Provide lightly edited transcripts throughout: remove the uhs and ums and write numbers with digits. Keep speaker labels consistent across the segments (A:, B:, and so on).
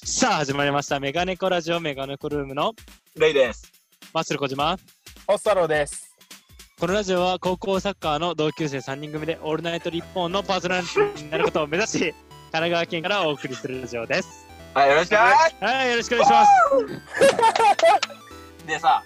A: さあ始まりましたメガネコラジオメガネコルームの
B: レイです。
A: マッスル小島。
C: オスタロです。
A: このラジオは高校サッカーの同級生3人組でオールナイト日本のパーソナリティになることを目指し神奈川県からお送りするラジオです。
B: はい、よろしくお願いします。
A: はい、よろしくお願いします。
B: でさ、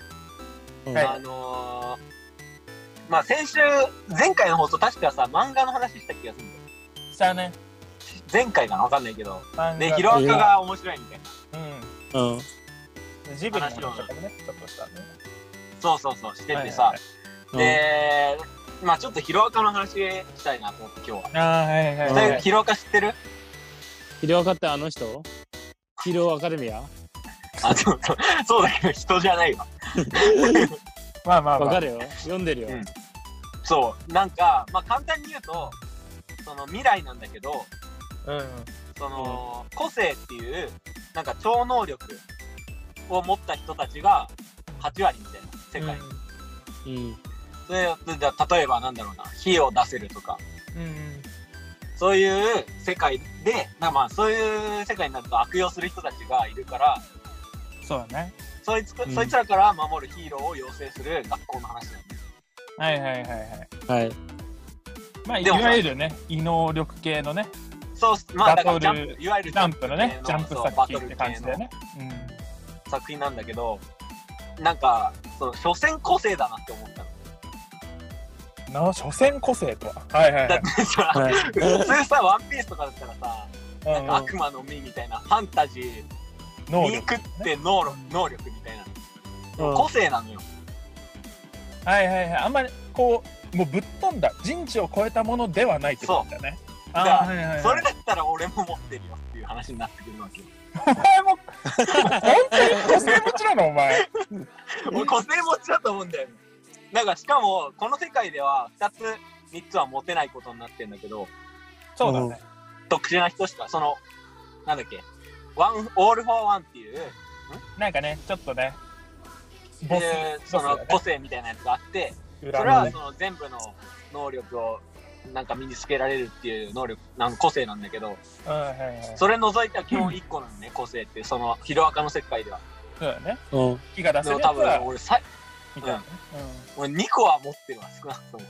B: まあ先週前回の放送確かさ漫画の話した気がするんだよ。
C: したね。
B: 前回かなわかんないけど、でヒロアカが面白いみたい
C: な。
A: うん。
C: ジブリの話とかもね、ちょっとしたね。
B: そうしててさ、で、まあちょっとヒロアカの話したいなと思って今日は。ヒロアカ知ってる？
A: ヒロアカってあの人？ヒーローアカデミア？
B: そうだけど人じゃないわ。
C: まあ
A: わかるよ。読んでるよ。
B: そうなんかまあ簡単に言うとその未来なんだけど。その個性っていうなんか超能力を持った人たちが8割みたいな世界、それ例えばなんだろうな火を出せるとか、そういう世界でまあそういう世界になると悪用する人たちがいるから
C: そうだね
B: そいつらから守るヒーローを養成する学校の話なんです。
C: はいまあいわゆるね異能力系のね
B: そうまあだからいわゆる
C: ジャンプのねジャンプ作品って感じだよね、
B: 作品なんだけどなんか所詮個性だなって思ったの。
C: 所詮個性とは
B: だってさ普通さワンピースとかだったらさなんか悪魔の実みたいなファンタジーに食って能力みたいな個性なのよ。
C: あんまりこうもうぶっ飛んだ人知を超えたものではないってことだね。
B: それだったら俺も持ってるよっていう話になってくるわけよ。
C: お前も本当に個性持ちなのお前。
B: 俺個性持ちだと思うんだよね。なんかしかもこの世界では2つ3つは持てないことになってんだけど、
C: そうだね。
B: 特殊な人しかなんだっけオールフォーワンっていう
C: なんかねちょっとね
B: その個性みたいなやつがあって、それはその全部の能力をなんか身につけられるっていう能力個性なんだけど、それ除いては基本1個なのね、個性ってそのヒロアカの世界では。
C: そうだね。気が出せるやつは
B: 多分俺俺2個は持ってるわ少なくとも。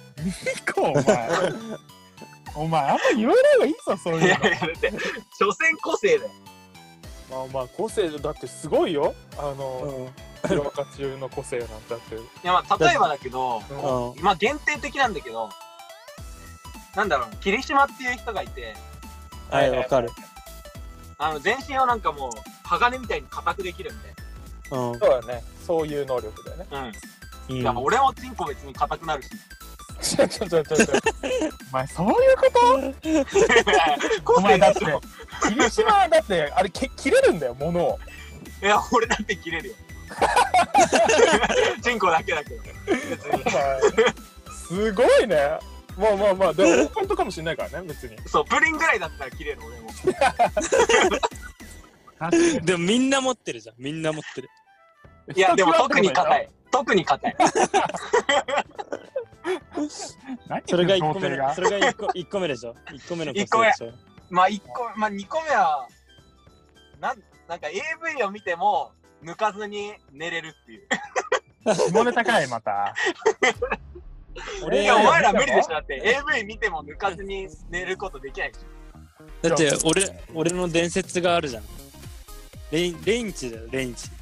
C: 2個お前あんま言わない方がいいぞそういうの。
B: だって所詮個性だよ。
C: まあ個性だってすごいよヒロアカ中の個性なんだって。い
B: やまあ例えばだけど、まあ限定的なんだけど。なんだろう霧島っていう人がいて、
A: わかる。
B: 全身をなんかもう鋼みたいに硬くできるみたい
C: な。そうだね。そういう能力だよね。
B: いや俺もチンコ別に硬くなるし。
C: ちょお前そういうことお前だって霧島はだってあれ切れるんだよ物を。
B: いや俺だって切れるよ。チンコだけだけど別に。
C: すごいね。まあでも本当かもしれないからね別に。
B: そうプリンぐらいだったら切れる俺も。
A: でもみんな持ってるじゃん。みんな持ってる。
B: いやでも特に硬い。
A: それが1個目それが1個目でしょ。1個目の個性でしょ。
B: まあ2個目はなんか AV を見ても抜かずに寝れるっていう。
C: 下ネタかいまた。
B: お前ら無理でしょ。だって AV 見ても抜かずに寝ることできないでし
A: ょ。だって俺の伝説があるじゃん。レインチだよ。レインチ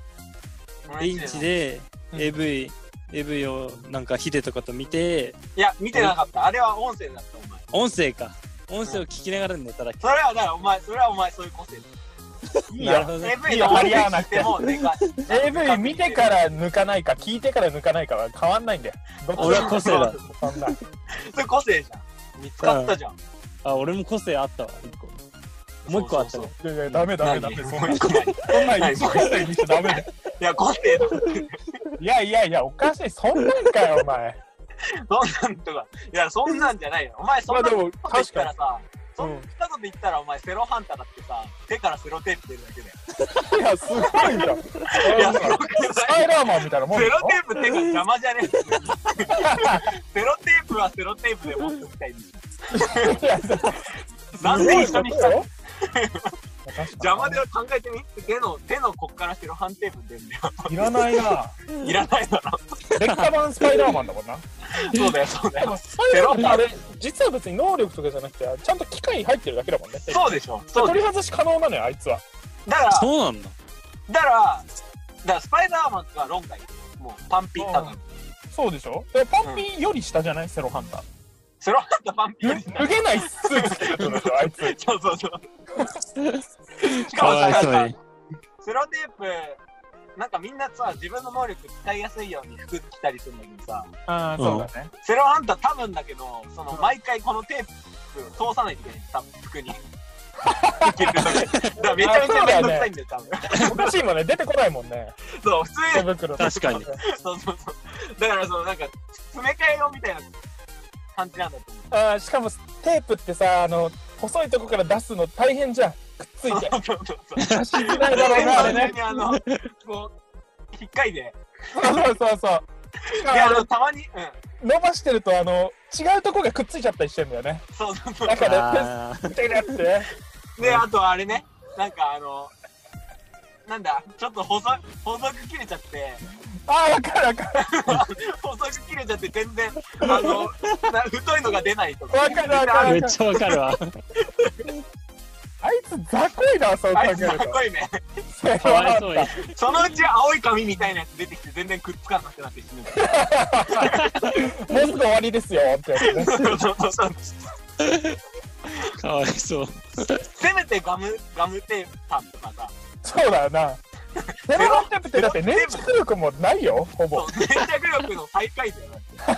A: で AV をなんかヒデとかと見て。
B: いや見てなかった。あれは音声だったお前。
A: 音声か。音声を聞きながら寝ただけ。
B: それはだからお前そういう個性だ。
C: いいよ。AV の張り合わなくても AV 見てから抜かないか聞いてから抜かないかは変わんないんだよ。
A: 俺は個性だ。
B: そんな。それ個性じゃん。見つかったじゃん。
A: 俺も個性あったわ1個。もう1個あったね。
C: いやダメ。そんなん個性にしちゃダメだよ。
B: いや個性だ。
C: いやおかしい。そんなんかよお前。
B: そんなんとかいやそんなんじゃないよ。お前そんなこと言ったらさ。そんなこと言ったらお前セロハンタだってさ手からセロテープ出るだけだよ。
C: いやすごいじゃん。スパイダーマンみたいなもん。
B: セロテープ手が邪魔じゃねえ。セロテープはセロテープで持っておきたいんですよ。なんで一緒にしたの？ 邪魔で考えてみ。手のこっからセロハンテープ出るんだよ。
C: いらないな。
B: いらないだろ。
C: 劣化版スパイダーマンだもんな。
B: そうだよ、そうだよ。
C: スパイダーマンってあれ、実は別に能力とかじゃなくて、ちゃんと機械入ってるだけだもんね。
B: そうでしょ。
C: 取り外し可能なのよ、あいつは。
B: だから、
A: そうなんだ。
B: だからスパイダーマンが論外。もうパンピー多分。
C: そうでしょ。でパンピーより下じゃない、セロハンター。
B: セロハンターパンピーより
C: 脱げないスーツ着てるんですよ、あいつ。
B: そう。しかも
A: かわいそう
B: さ、
A: に。
B: セロテープ、なんかみんなさ、自分の能力使いやすいように服着たりするんだけどさ、
C: ああ、そうだね。
B: セロハンター多分だけど、毎回このテープ通さないといけない、多分服に。着る時だからめちゃめちゃめんどくさいんだよ、多分。
C: おかしいもんね、出てこないもんね。
B: そう、普通に。
C: 手袋
A: 確かに。
B: そう。だからなんか、詰め替えようみたいな感じなんだと思う。
C: ああ、しかもテープってさ、細いとこから出すの大変じゃん。くっついて。
B: そう。
C: 出しづらいだろうな、あれね。
B: こう、引っかいで。
C: そう。
B: で、たまに、
C: 伸ばしてると、違うとこがくっついちゃったりしてんだよね。
B: そう。
C: だから、
A: あー
C: ペッてやってね。
B: で、あとあれね、なんかなんだ、ちょっと細く切れちゃって、
C: ああ、わかる。
B: 細く切れちゃって全然、太いのが出ないとか。
C: わかる。
A: めっちゃわかるわ。
C: あいつ雑魚いな、そう考
B: あいつ
C: えると。
B: かっこいいね。
A: かわいそうに。
B: そのうち青い紙みたいなやつ出てきて全然くっつかなくなって死ぬ。
C: もうすぐ終わりですよってやつね。
B: そう。
A: かわいそう。
B: せめてガムテープパンとかさ。
C: そうだよな。セロハンテープってだって粘着力もないよ、ほぼ。
B: 粘着力の最下位だよ。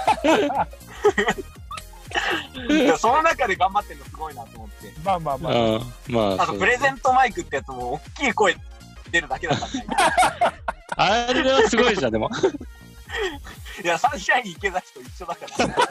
B: その中で頑張ってるのすごいなと思って。
C: まあ。
A: まあ、
B: あとプレゼントマイクってやつも大きい声出るだけだったんだよ。
A: あれはすごいじゃん、でも。
B: いや、サンシャイン池崎と一緒だから。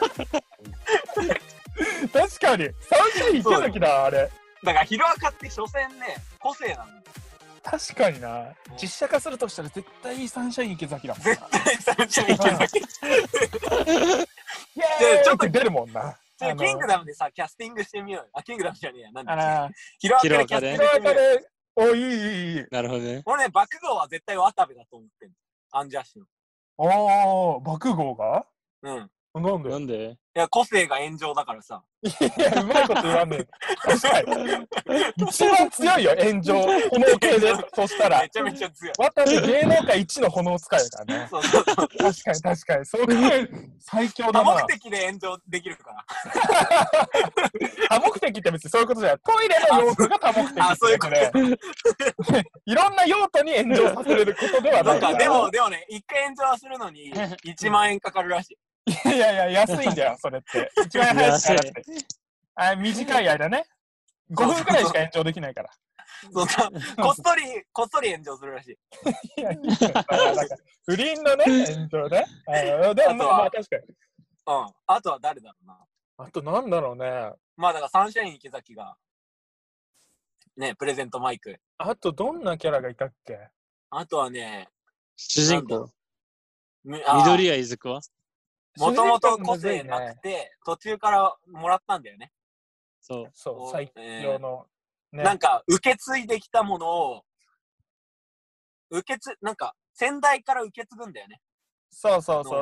C: 確かに。サンシャイン池崎だ、あれ。
B: だからヒロアカって所詮ね、個性なんだよ。
C: 確かにな。実写化するとしたら絶対サンシャイン池崎だもんな。
B: 絶対サンシャイン池崎。
C: イエーイちょっと出るもんな。
B: キングダムでさ、キャスティングしてみようよ。あ、キングダムじゃねえや。なんだっけ。ヒ
A: ヒロアカで
B: ロアカでキャスティングしてみようよ。
C: お、いい。
A: なるほどね。
B: 俺ね、爆豪は絶対渡部だと思ってんの。アンジャッシュの。
C: おー、爆豪が
B: うん。
C: なんで
A: なんで？
B: いや、個性が炎上だからさ。
C: いや、うまいこと言わんねえ。確かに。一番強いよ、炎上。炎系で。そしたら
B: め。ちゃめちゃ強い。
C: 渡部芸能界一の炎使いだからね。
B: そう。
C: 確かに。そう考える最強だ
B: 多
C: な。
B: 目的で炎上できるから。
C: 多目的って別にそういうことじゃない。トイレの用途が多目的
B: あ、そういうこと
C: で。いろんな用途に炎上させれることではないから。
B: でもね、一回炎上するのに1万円かかるらしい。
C: いや、安いんだよ、それって。一番早くからって。短い間ね。5分くらいしか延長できないから。
B: そうこっそり炎上するらしい。
C: いや、いいよ。不倫のね、延長ね。でもまあ確かに。
B: あとは誰だろうな。
C: あとなんだろうね。
B: まあだからサンシャイン池崎が、ね、プレゼントマイク。
C: あとどんなキャラがいたっけ？
B: あとはね、
A: 主人公。
B: 緑
A: 谷いずくは
B: もともと個性なくて、途中からもらったんだよね。
A: そう。
C: 最強の。
B: なんか、受け継いできたものを、なんか、先代から受け継ぐんだよね。
C: そう。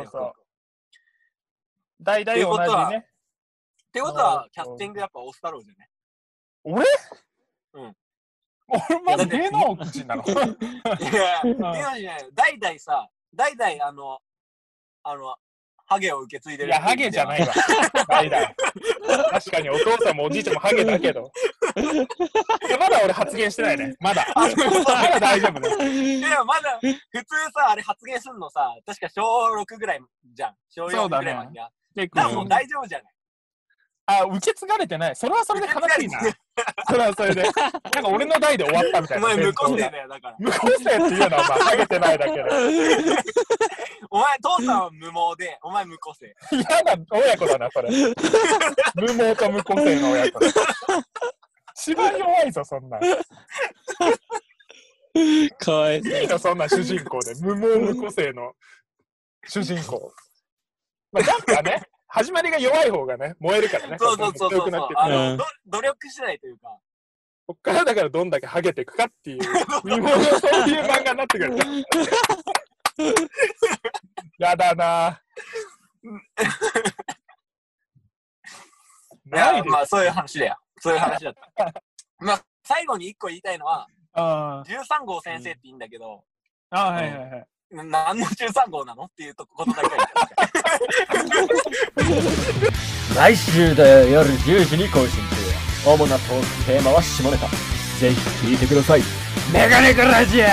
C: 代々同じね。
B: ってことは、キャスティングやっぱオス太郎じゃね。
C: 俺？
B: うん。
C: 俺まず芸能人なの？
B: いや、芸能人じゃないよ。代々、ハゲを受け継いでる。
C: いや、ハゲじゃないわ。代々。確かにお父さんもおじいちゃんもハゲだけど。まだ俺発言してないね。まだ大丈夫ね。
B: いや、まだ、普通さ、あれ発言するのさ、確か小6ぐらいじゃん。小4ぐらいまでじゃん。だからもう大丈夫じゃない。
C: 受け継がれてない。それはそれで悲しいな。それはそれで。なんか俺の代で終わったみたいな。
B: お前無個性だよ、だから。
C: 無個性っていうのはお前ハゲてないだけで。
B: お前、父さんは無毛で、お前無個性。
C: 嫌な親子だな、それ。無毛と無個性の親子だ。一番弱いぞ、そんなん。
A: かわいそう。
C: いいの、そんな主人公で。無毛無個性の主人公。まあ、なんかね。始まりが弱い方がね、燃えるからね。
B: そう。
C: 強くなって
B: 努力次第というか。
C: こっからだからどんだけハゲていくかっていう、見ものそういう漫画になってくる。やだな。
B: いや、まあそういう話だよ。そういう話だった。まあ最後に一個言いたいのは、13号先生って言うんだけど、
C: はいはいはい。
B: 何の13号なのっていうことだけは言って
D: 来週土曜夜10時に更新中。主なトークテーマは下ネタ。ぜひ聞いてください。メガネコラジオ。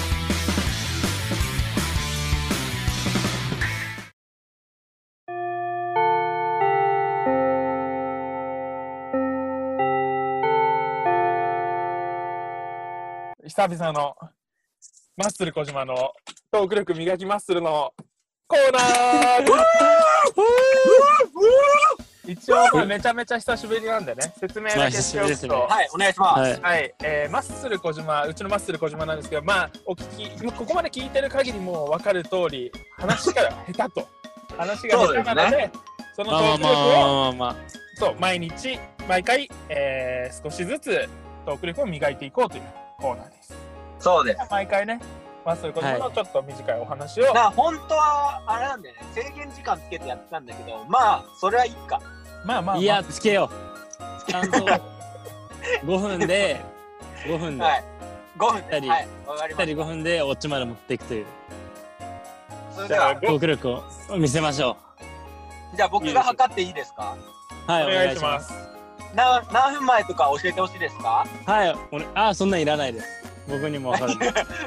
C: 久々のマッスル小島のトーク力磨きマッスルのコーナー。一応めちゃめちゃ久しぶりなんでね、説明だけしておくと、
B: はい、お願いします。
C: はい、マッスル小島、うちのマッスル小島なんですけど、まあお聞き、ここまで聞いてる限りもう分かる通り、話が下手と、話が下手なので、そのトーク力をそう毎日毎回、少しずつトーク力を磨いていこうというコーナーです。
B: そうです。
C: 毎回ね、まあそういうことのちょっと短いお話を。
B: 本当はあれなんだよね、制限時間つけてやってたんだけど、まあそれはいいか。
C: まあまあ、
A: いやつけよう。ちゃんと5分で5分で、
B: はい、5分で、
C: はい、
A: 2人5分でオチまで持っていくという。
B: それでは
A: トーク力を見せましょ
B: う。じゃあ僕が測っていいですか？
A: はい、お願いします。
B: 何分前とか教えてほしいですか？
A: はい、そんなんいらないです。僕にも分かる。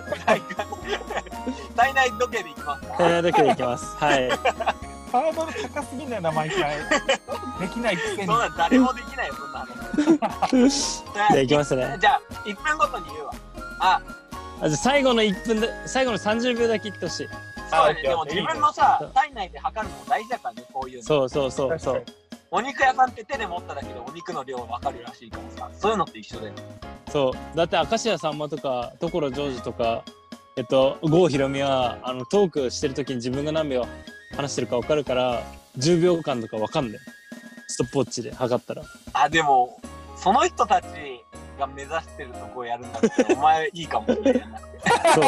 B: 体内時計でいきますか？
A: 体内時計でいきます。はい。
C: ハードル高すぎんだよな、毎回。できないくせに。
B: そんな誰もできないよ、そんな話。
A: じゃあいきますね。
B: じゃあ1分ごとに言うわ。
A: じゃあ最後の1分で、最後の30秒だけ言ってほしい。
B: そうね、でも自分のさ、体内で測るのも大事だからね、こういうの。
A: そう。
B: お肉屋さんって手で持っただけでお肉の量分かるらしいからさ、そういうのって一緒だよ。
A: そう。だって明石家さんまとか所ジョージとか郷ひろみはトークしてる時に自分が何秒話してるか分かるから10秒間とか分かんない。ストップウォッチで測ったら。
B: でもその人たちが目指してるとこやるんだったらお前いいかもしれなくて。そう。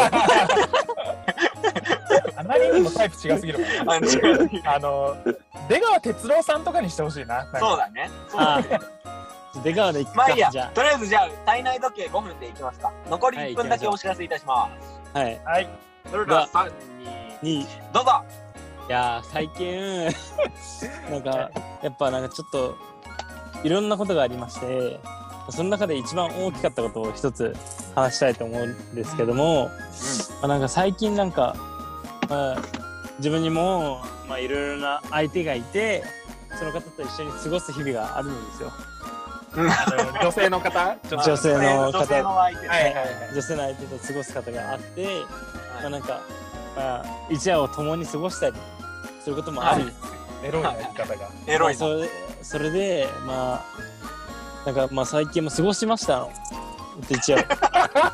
C: あまりにもタイプ違すぎるからね。出川哲朗さんとかにしてほしいな。
B: そうだね。
A: 出川でいくか。
B: まあいいや。とりあえずじゃあ体内時計5分でいきますか。残り1分だけお知らせいたします。
A: はい。
B: はい。それでは3、2、どうぞ。
A: いや最近なんかやっぱなんかちょっといろんなことがありまして、その中で一番大きかったことを一つ話したいと思うんですけども、なんか最近なんか、自分にもいろいろな相手がいて、その方と一緒に過ごす日々があるんですよ。
C: 女性の方、
A: 女性の
B: 相手、
A: 女性の相手と過ごす方があって、なんか、一夜を共に過ごしたりすることもあり、
C: エロいな言い方が。
B: エロいな。
A: それでなんか最近も過ごしましたの。一夜を。
C: 過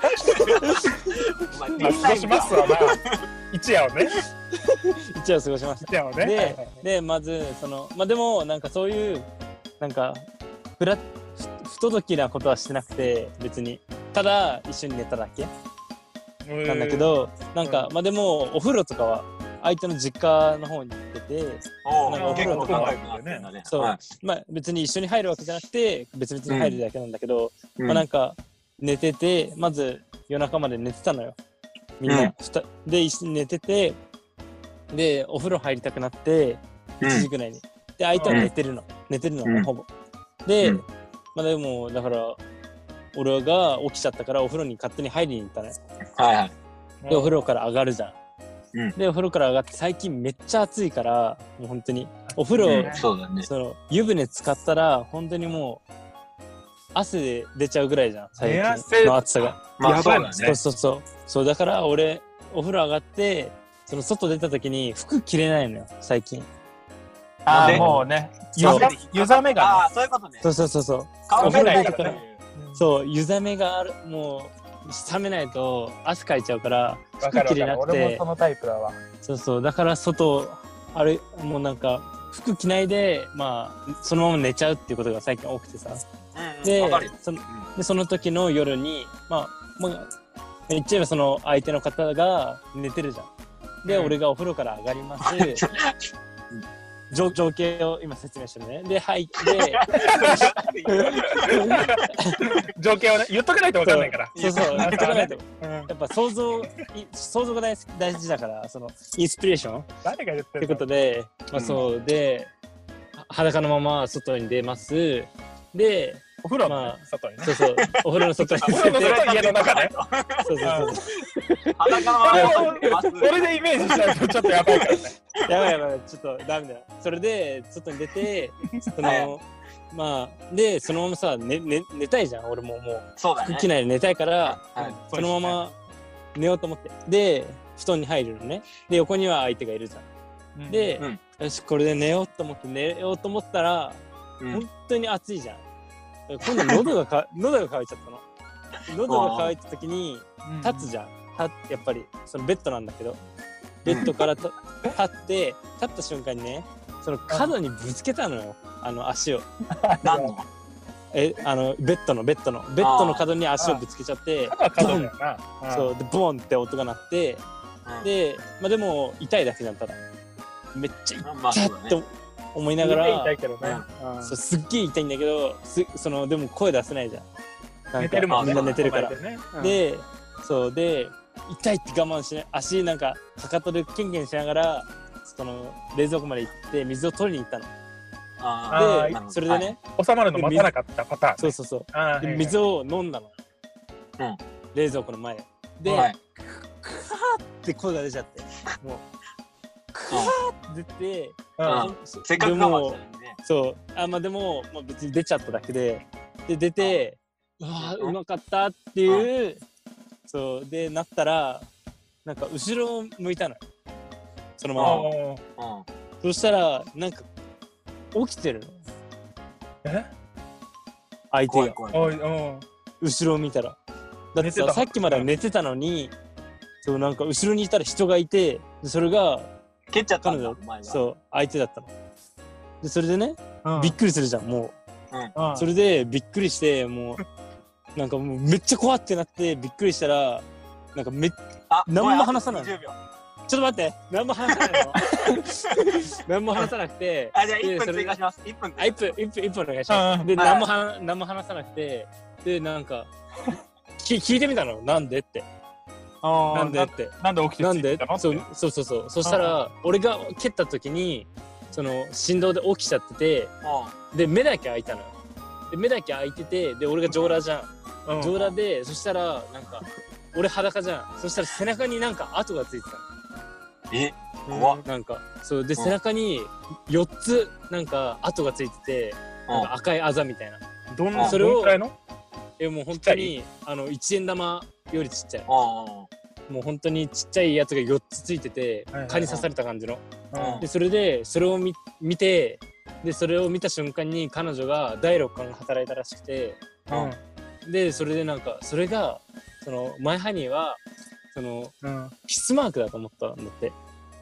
C: ごしますわな。一夜をね。
A: 一夜を過ごしました。
C: 一夜をね。
A: でまずでもなんかそういうなんか不届きなことはしてなくて、別にただ一緒に寝ただけなんだけど、なんかでもお風呂とかは相手の実家の方に行ってて、なんかお風呂とかはそう別に一緒に入るわけじゃなくて別々に入るだけなんだけど、なんか寝てて、まず夜中まで寝てたのよ、みんな。で一緒に寝てて、でお風呂入りたくなって1時ぐらいに、で相手は寝てるのほぼで、でもだから俺が起きちゃったからお風呂に勝手に入りに行ったね。でお風呂から上がるじゃん。でお風呂から上がって、最近めっちゃ暑いからもう本当にお風呂、その湯船使ったら本当にもう汗出ちゃうぐらいじゃん、最近の暑さが。
C: やばいね。
A: そうだから俺お風呂上がってその外出た時に服着れないのよ最近。
C: もうね、湯冷めが。
B: そういうことね。
A: そう。
B: お風呂出たから。
A: そう湯冷めがもう冷めないと汗かいちゃうから服着れなくて。
C: 俺もそのタイプだわ。
A: そうだから外もうなんか服着ないでそのまま寝ちゃうっていうことが最近多くてさ。ででその時の夜に言っちゃえばその相手の方が寝てるじゃん。で、俺がお風呂から上がります。情景を今説明してるね。で、入って、
C: 情景をね、言っとかないと分かんないから。
A: そう、言っとかないと。やっぱ想像が大事だから、そのインスピレーション。
C: 誰が言ってるの？
A: ということで、そうで、裸のまま外に出ます。で、
C: お風呂の外にね。
A: そう、お風呂の外に出て、
C: 家の中ね。
A: そう。
B: 裸のまま出ます。
C: それでイメージしないとちょっとやばいからね。
A: やばい、ちょっとダメだよ。それで、外に出て、で、そのままさ、寝たいじゃん、俺ももう。
B: そうだね。
A: 服着ないで寝たいから、そのまま寝ようと思って。で、布団に入るのね。で、横には相手がいるじゃん。で、よし、これで寝ようと思ったら、本当に暑いじゃん。今度喉が渇いちゃったの。喉が渇いた時に立つじゃん。やっぱりそのベッドなんだけど、ベッドから立った瞬間にね、その角にぶつけたのよ、足を。
B: 何の？
A: ベッドの角に足をぶつけちゃって、そうでボンって音が鳴って、ででも痛いだけじゃん。ただめっちゃ痛って思いながら、そうすっげえ痛いんだけど、でも声出せないじゃん。なんかみんな寝てるから。で、痛いって我慢しない、足なんかかかとでケンケンしながら、その冷蔵庫まで行って水を取りに行ったの。で、それでね、
C: 収まるの待たなかったパターン。
A: そう。で水を飲んだの。冷蔵庫の前で、クワーって声が出ちゃって、もう。クワーって出て、
B: せっかく我慢したのにね。
A: そう、でも別に出ちゃっただけで、出て、うまかったっていう、そうでなったら、なんか後ろを向いたのよ、そのまま。そしたらなんか起きてるの。相手が後ろを見たら、だってさっきまで寝てたのに、そうなんか後ろにいたら人がいて、それが
B: 蹴っちゃったんだ、
A: そう相手だったの。でそれでね、びっくりするじゃん、もう。それでびっくりして、もうなんかもうめっちゃ怖ってなってびっくりしたら、なんか何も話さない。ちょっと待って、何も話さないの。何も話さなくて。
B: じゃあ1分追加します。1分
A: お願いします。で、何も話さなくて、で、なんか聞いてみたの、なんでって。なんでって。
C: なんで起きて
A: なんで？そう。そしたら、俺が蹴った時に、その振動で起きちゃってて、で、目だけ開いたのよ。で、目だけ開いてて、で、俺が上裸じゃん。上裸で、そしたら、なんか、俺裸じゃん。そしたら背中になんか跡がついてたの。
B: 怖っ。
A: なんか、そうで、背中に4つなんか跡がついてて、なんか赤いあざみたいな。それを、もう本当に1円玉よりちっちゃい。もう本当にちっちゃいやつが4つついてて、蚊に刺された感じの。で、それを見て、で、それを見た瞬間に彼女が第6感が働いたらしくて、で、それでなんか、それが、その、マイハニーは、その、キスマークだと思ったんだって。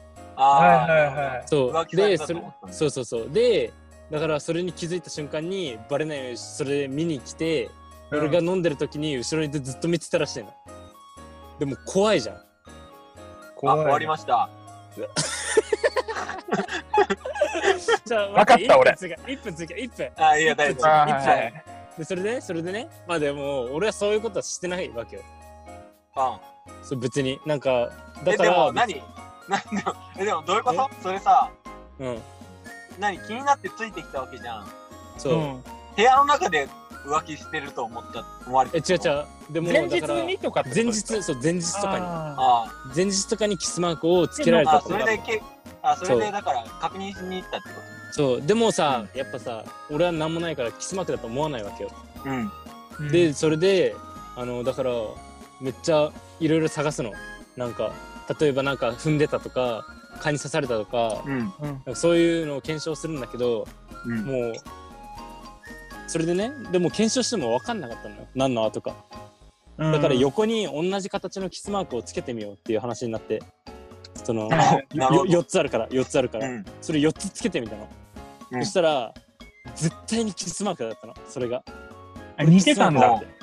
A: そう。で、そう。で、だからそれに気づいた瞬間に、バレないようにそれ見に来て、俺が飲んでる時に後ろにいてずっと見てたらしいの。でも怖いじゃん。
B: 終わりました。
C: 分かった、俺。
A: 1分追加、1分。
B: いや、大丈夫。
A: で、それでね、でも、俺はそういうことはしてないわけよ。そう、別に。なんか、だから。
B: でも、でも、どういうこと？それさ、気になってついてきたわけじゃん。
A: そう。
B: 部屋の中で浮気してると思われてる。
A: 違う。でも、
C: 前日にとか
A: 前日とかに。前日とかにキスマークをつけられたとか。
B: それでだから確認しに行ったってこと？
A: そう。でもさ、やっぱさ、俺は何もないからキスマークだと思わないわけよ。で、それで、だから、めっちゃいろいろ探すの。なんか、例えばなんか踏んでたとか、蚊に刺されたとか、なんかそういうのを検証するんだけど、もう、それでね、でも検証しても分かんなかったのよ。何の跡か。だから横に同じ形のキスマークをつけてみようっていう話になって、その、4つあるから、それ4つつけてみたの。そしたら、絶対にキスマークだったの、それが。
C: 似てたんだ。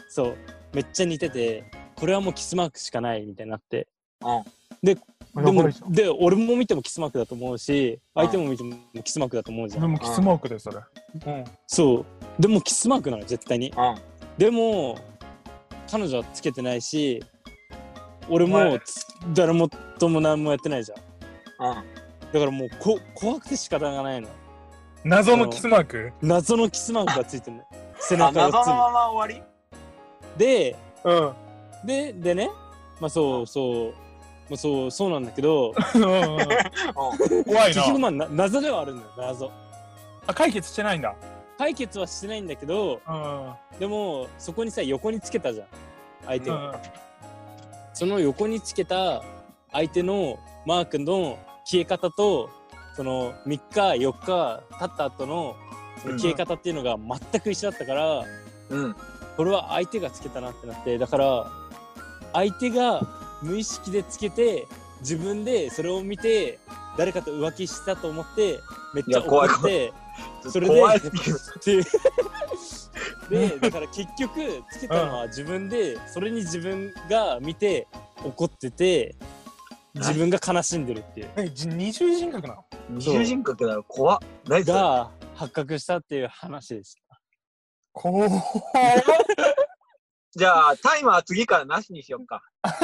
A: そうめっちゃ似てて、これはもうキスマークしかないみたいになって、で俺も見てもキスマークだと思うし、相手も見てもキスマークだと思うじゃん。
C: でもキスマークでそれ。
A: そうでもキスマークなの絶対に。でも彼女はつけてないし、俺も誰もとも何もやってないじゃん。だからもう怖くて仕方がないの。
C: 謎のキスマーク？
A: 謎のキスマークがついてるの。背中が
B: 謎のまま終わり
A: で、でね、まあそうなんだけど、
C: 怖いな。
A: 結局まあ謎ではあるんだよ、謎。
C: 解決してないんだ。
A: 解決はしてないんだけど、でもそこにさ横につけたじゃん、相手が。その横につけた相手のマークの消え方と、その3日4日経った後のその消え方っていうのが全く一緒だったから、これは相手がつけたなってなって、だから相手が無意識でつけて、自分でそれを見て誰かと浮気したと思ってめっちゃ怒って、それででだから結局つけたのは自分で、それに自分が見て怒ってて、自分が悲しんでるっていう。
C: 二重人格なの？
B: 二重人格だよ、怖っ。
A: が発覚したっていう話でした。
C: 怖っ。
B: じゃあタイマー次からなしにしよっか。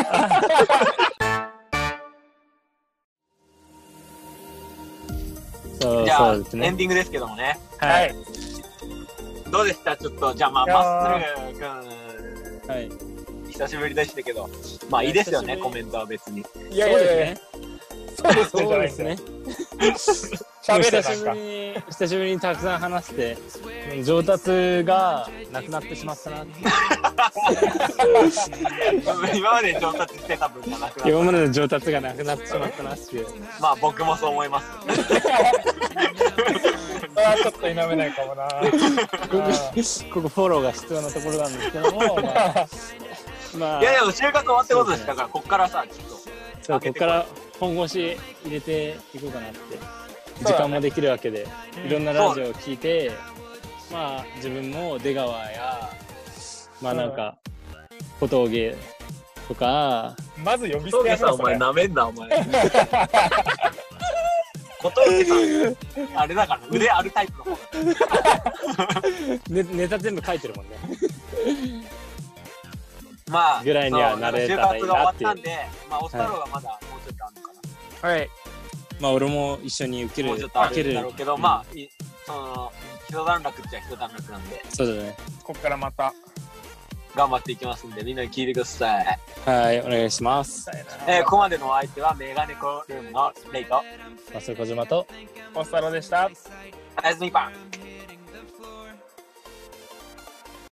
B: じゃあエンディングですけどもね。
C: はい。
B: どうでした？ちょっとじゃあマッスル君、はい、久しぶりでしたけど、まあいいですよね、コメントは別に。
C: いやいやいや、そうですね。
A: 久しぶりにたくさん話して上達がなくなってしまったなって。
B: 今まで上達してた分がなくなった。
A: 今までの上達がなくなってしまったなっていう。
B: まあ僕もそう思います。
C: ちょっと否めないかもな。
A: ここフォローが必要なところなんですけども、
B: まあいやいや就活終わってことでしたから、こっからさちょっと
A: そう、こっから本腰入れていこうかなって。時間もできるわけで、いろんなラジオを聞いて、まあ自分も出川やまあなんか小峠とか、
C: まず呼び捨
B: てやめろ。お前なめんなお前。小峠さんあれだから腕あるタイプの方。
A: ネタ全部書いてるもんね。
B: まあ
A: ぐらいにはなれたらいいなっていう。
B: 就活が終わったんで、まあオス太郎がまだもうちょっとあるのかな。
A: はい。まあ俺も一緒に受ける。
B: もうちょっとあるんだろうけど、まあその一段落っちゃ一段落なんで。
A: そうだね。
C: こっからまた
B: 頑張っていきますんで、みんなに聞いてください。
A: はい、お願いします。
B: ここまでのお相手はメガネコルームのレイと
A: マスル小島と
C: オス太郎でした。
B: おやすみパン。